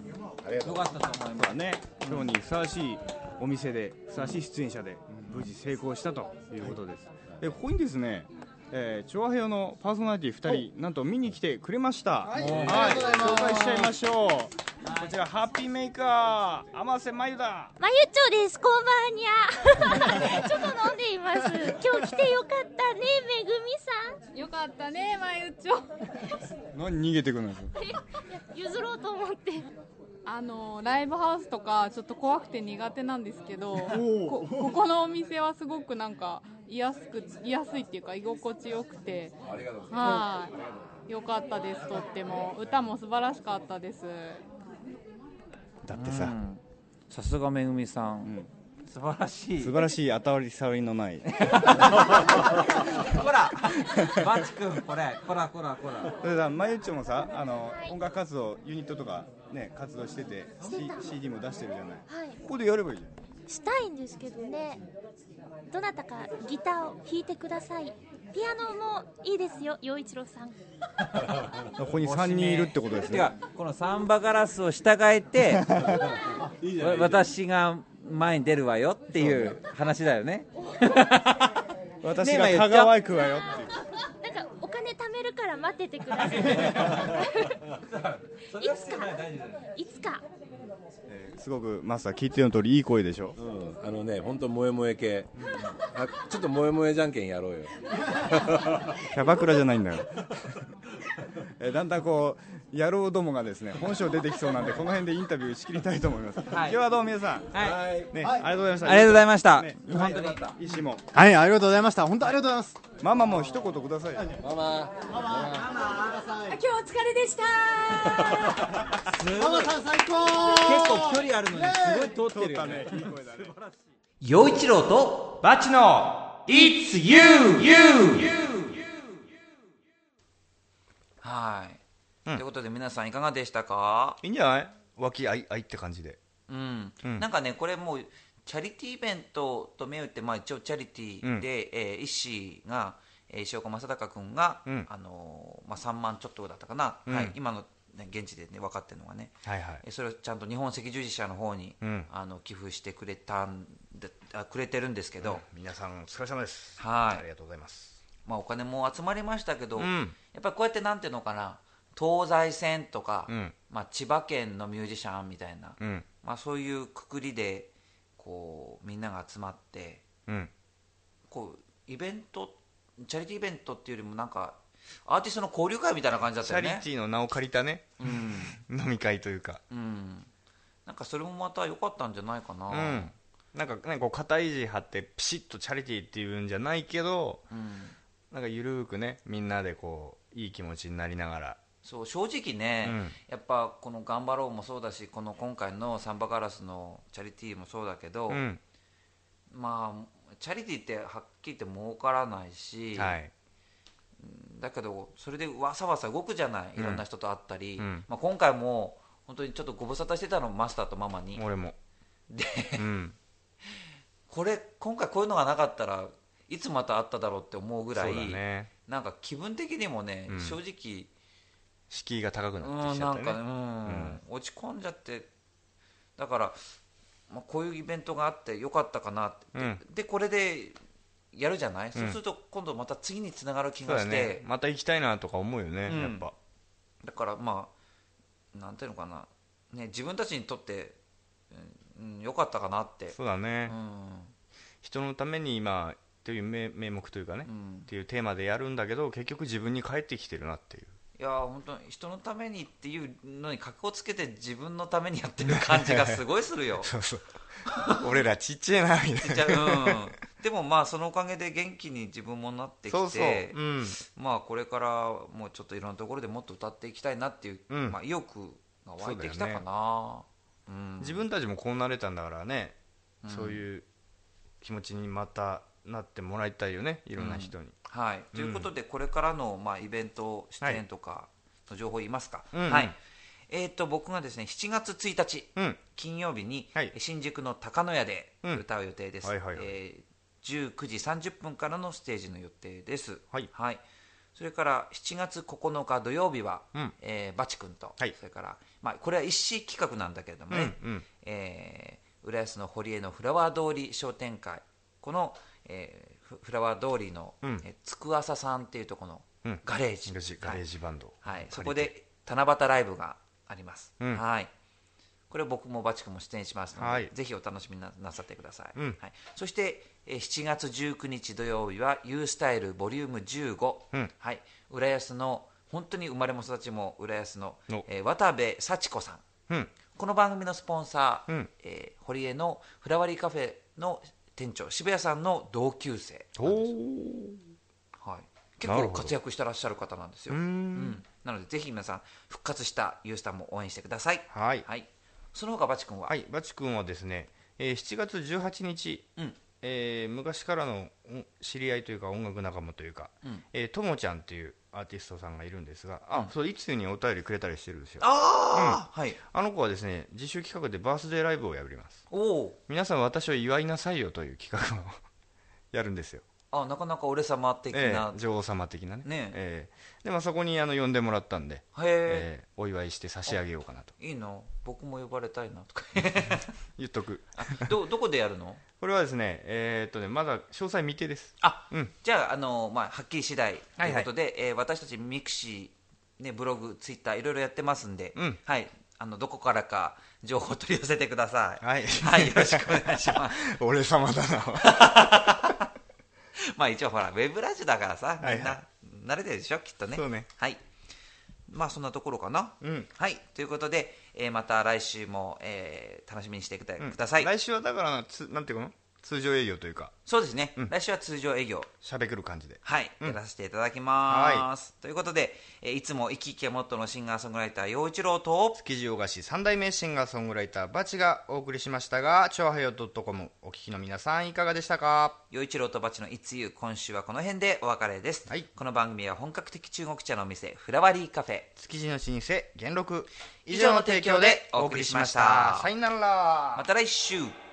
A: よかったと思います
I: ね。今日にふさわしいお店でふさわしい出演者で無事成功したということです。えここにですねえー、調和平のパーソナリティふたりなんと見に来てくれました。はい、はい、紹介しちゃいましょう。こちらハッピーメーカー天瀬まゆだ。
P: まゆちょです。こんばんにゃちょっと飲んでいます。今日来てよかったねめぐみさん。
Q: よかったねまゆちょ
I: 何逃げてくるんですか
P: 譲ろうと思って
Q: あのライブハウスとかちょっと怖くて苦手なんですけどこ, ここのお店はすごくなんか居やすく居やすいっていうか居心地よくてはいよかったです。とっても歌も素晴らしかったです。
I: だってさ
A: さすがめぐみさん、うん、素晴らしい
I: 素晴らしい当たり障りのない
A: ほらバチ君これこらこらこら
I: それさまゆっちょもさあの音楽活動ユニットとかね活動してて シーディー も出してるじゃない、はい、ここでやればいいじゃん。
P: したいんですけどねどなたかギターを弾いてください。ピアノもいいですよ陽一郎さん
I: ここにさんにんいるってことですね。
A: このサンバガラスを従えて私が前に出るわよっていう話だよね
I: 私が香川行くわよっていう
P: なんかお金貯めるから待っててくださいいつかいつか
I: すごくマスター聞いてるの通りいい声でしょ、
O: うん、あのね本当萌え萌え系あちょっと萌え萌えじゃんけんやろうよ
I: キャバクラじゃないんだよえだんだんこう野郎どもがですね本性出てきそうなんでこの辺でインタビューしきりたいと思います、はい、今日はどうも皆さん、
A: はい
I: ねはい、ありがとうございました。
A: ありがとうございました。
I: ね、本当に石も
N: はいありがとうございました。本当ありがとうございます。
I: ママも一言ください。マ
O: ママ
P: 今日お疲れでした
C: ママさん最高。結構距離あるのにすごい通ってるよね。陽一郎と
B: バチの It's You You
A: はい、うん、ということで皆さんいかがでしたか。
B: いいんじゃない、和気あいあいって感じで、
A: うんうん、なんかねこれもうチャリティーイベントと銘打って、まあ、一応チャリティーで、うんえー、石が、えー、石岡正隆君が、うんあのーまあ、さんまんちょっとだったかな、うんはい、今の、ね、現地で、ね、分かってるのがね、はいはい、それをちゃんと日本赤十字社の方に、うん、あの寄付してくれたんであくれてるんですけど、
B: うん、皆さんお疲れ様です。
A: はい、
B: ありがとうございます。
A: まあ、お金も集まりましたけど、うん、やっぱりこうやってなんていうのかな、東西線とか、うんまあ、千葉県のミュージシャンみたいな、うんまあ、そういうくくりでこうみんなが集まって、うん、こうイベントチャリティーイベントっていうよりもなんかアーティストの交流会みたいな感じだったよね。
B: チャリティーの名を借りたね、うん、飲み会というか、
A: うん、なんかそれもまた良かったんじゃないかな、うん、
B: なんかねこう肩意地張ってピシッとチャリティーっていうんじゃないけど、うん、なんかゆるくねみんなでこういい気持ちになりながら、
A: そう正直ね、うん、やっぱこの頑張ろうもそうだし、この今回のサンバガラスのチャリティーもそうだけど、うん、まあチャリティーってはっきり言って儲からないし、はい、だけどそれでわさわさ動くじゃない、いろんな人と会ったり、うんまあ、今回も本当にちょっとご無沙汰してたの、マスターとママに。
B: 俺も
A: で、うん、これ今回こういうのがなかったらいつまた会っただろうって思うぐらい、ね、なんか気分的にもね、うん、正直
B: 敷居が高くなってきちゃったね、うんなんか、うん
A: うん、落ち込んじゃって、だから、まあ、こういうイベントがあってよかったかなって、うん、でこれでやるじゃない、うん、そうすると今度また次につながる気がして、ね、
B: また行きたいなとか思うよね、うん、やっぱ
A: だからまあなんていうのかな、ね、自分たちにとって、うん、よかったかなって。
B: そうだね、うん、人のために今という名目というかね、うん、っていうテーマでやるんだけど結局自分に返ってきてるなっていう、
A: いや本当に人のためにっていうのに格好つけて自分のためにやってる感じがすごいするよ
B: そうそう俺らちっちゃいなみたいな
A: うん、でもまあそのおかげで元気に自分もなってきて、そうそう、うん、まあこれからもうちょっといろんなところでもっと歌っていきたいなっていう、うんまあ、意欲が湧いてきたかな、
B: う、ねうん、自分たちもこうなれたんだからね、うん、そういう気持ちにまたなってもらいたいよね、いろんな人に、
A: うん、はい、ということでこれからの、まあ、イベント出演とかの情報言いますか、はい、はい、えー、と僕がですねしちがつついたち、うん、金曜日に、はい、新宿の高野屋で歌う予定です、うんはいはいはい、えー、じゅうくじさんじゅっぷんからのステージの予定です、はいはい、それからしちがつここのか土曜日は、うんえー、バチ君と、はい、それから、まあ、これは一時企画なんだけれどもね、うんうんえー、浦安の堀江のフラワー通り商店会、この、えー、フラワー通りの、うんえー、つくあささんっていうところのガレージ、うん、
B: ガレージバンド、
A: はいはい、そこで七夕ライブがあります、うん、はい、これ僕もバチ君も出演しますので、はい、ぜひお楽しみ な, なさってください、うんはい、そして、えー、しちがつじゅうくにち土曜日は U スタイルボリュームじゅうご、うんはい、浦安の本当に生まれも育ちも浦安の、えー、渡部幸子さん、うん、この番組のスポンサー、うんえー、堀江のフラワリーカフェの店長渋谷さんの同級生なんです、はい、結構活躍してらっしゃる方なんですよ。うん、うん、なのでぜひ皆さん復活したユースターも応援してください。はい、はい、その他バチ君は、
B: はい、バチ君はですね、えー、しちがつじゅうはちにち、うんえー、昔からの知り合いというか音楽仲間というか、うんえー、ともちゃんというアーティストさんがいるんですが、あ、うん、そういつにお便りくれたりしてるんですよ。あ、うんはい、あの子はですね自主企画でバースデーライブをやります。お皆さん私を祝いなさいよという企画をやるんですよ。
A: あ、なかなか俺様的な、え
B: ー、女王様的な ね, ね、えー、でまあ、そこにあの呼んでもらったんで、えー、お祝いして差し上げようかなと。
A: いいの、僕も呼ばれたいなとか
B: 言っとく
A: ど, どこでやるの？
B: これはですね、えーっとねまだ詳細未定です。
A: あ、うん、じゃあ、あの、まあ、はっきり次第ということで、はいはいえー、私たちミクシー、ね、ブログ、ツイッターいろいろやってますんで、うんはい、あのどこからか情報を取り寄せてください。はい、はい、よろしくお願いします
B: 俺様だな
A: まあ一応ほらウェブラジオだからさ、みんな、はいはい、慣れてるでしょきっとね。
B: そうね。
A: はい。まあそんなところかな。うん。はい。ということで、えー、また来週も、えー、楽しみにしてください。うん、
B: 来週はだからつなんていうの通常営業というか、
A: そうですね、うん、来週は通常営業
B: しゃべくる感じで、
A: はい、うん、やらせていただきます、はい、ということで、えー、いつも生き生きがモットーのシンガーソングライター陽一郎と
B: 築地大菓子三代目シンガーソングライターバチがお送りしましたが、チョアヘヨ .com お聞きの皆さんいかがでしたか。
A: 陽一郎とバチのいつゆ、今週はこの辺でお別れです、はい、この番組は本格的中国茶のお店フラワリーカフェ、
B: 築地の老舗元禄
A: 以上の提供でお送りしました。
B: さよなら、
A: また来週。